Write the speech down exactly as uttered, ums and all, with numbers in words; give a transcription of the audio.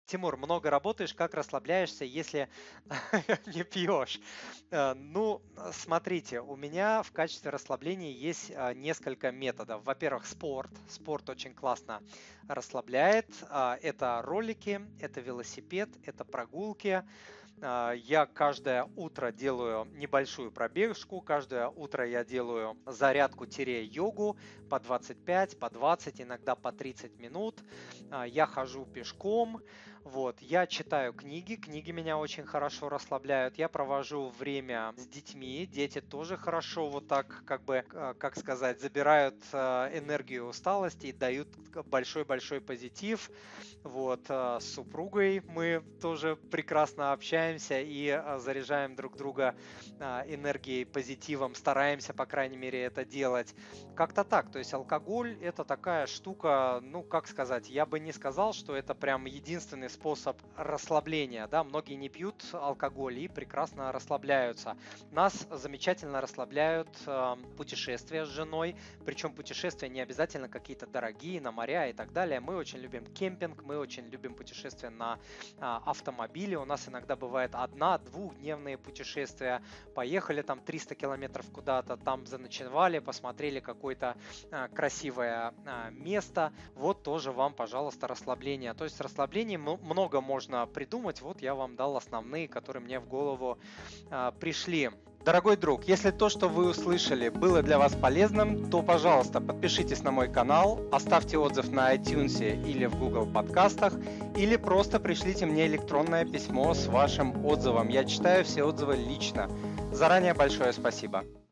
Тимур, много работаешь, как расслабляешься, если не пьешь? Э, Ну, э, смотрите, у меня в качестве расслабления есть а, несколько методов. Во-первых, спорт. Спорт очень классно расслабляет. А, Это ролики, это велосипед, это прогулки. А, Я каждое утро делаю небольшую пробежку, каждое утро я делаю зарядку-йогу по двадцать пять, по двадцать, иногда по тридцать минут. А, Я хожу пешком, вот, я читаю книги, книги меня очень хорошо расслабляют. Я провожу время с детьми, дети тоже хорошо вот так, как бы, э, как сказать, забирают э, энергию усталости и дают большой-большой позитив. Вот, э, с супругой мы тоже прекрасно общаемся и э, заряжаем друг друга а, энергией, позитивом, стараемся, по крайней мере, это делать. Как-то так, то есть алкоголь это такая штука, ну, как сказать, я бы не сказал, что это прям единственный способ расслабления, да, многие не пьют алкоголь и прекрасно расслабляются. Нас замечательно расслабляют э, путешествия с женой, причем путешествия не обязательно какие-то дорогие, на моря и так далее. Мы очень любим кемпинг, мы очень любим путешествия на а, автомобиле, у нас иногда бывает одна-двухдневные путешествия, поехали там триста километров куда-то, там заночевали, посмотрели какое-то а, красивое а, место, вот тоже вам, пожалуйста, расслабление. То есть расслаблений м- много можно придумать, вот я вам дал основные, которые мне в голову а, пришли. Дорогой друг, если то, что вы услышали, было для вас полезным, то, пожалуйста, подпишитесь на мой канал, оставьте отзыв на iTunes или в Google подкастах, или просто пришлите мне электронное письмо с вашим отзывом. Я читаю все отзывы лично. Заранее большое спасибо.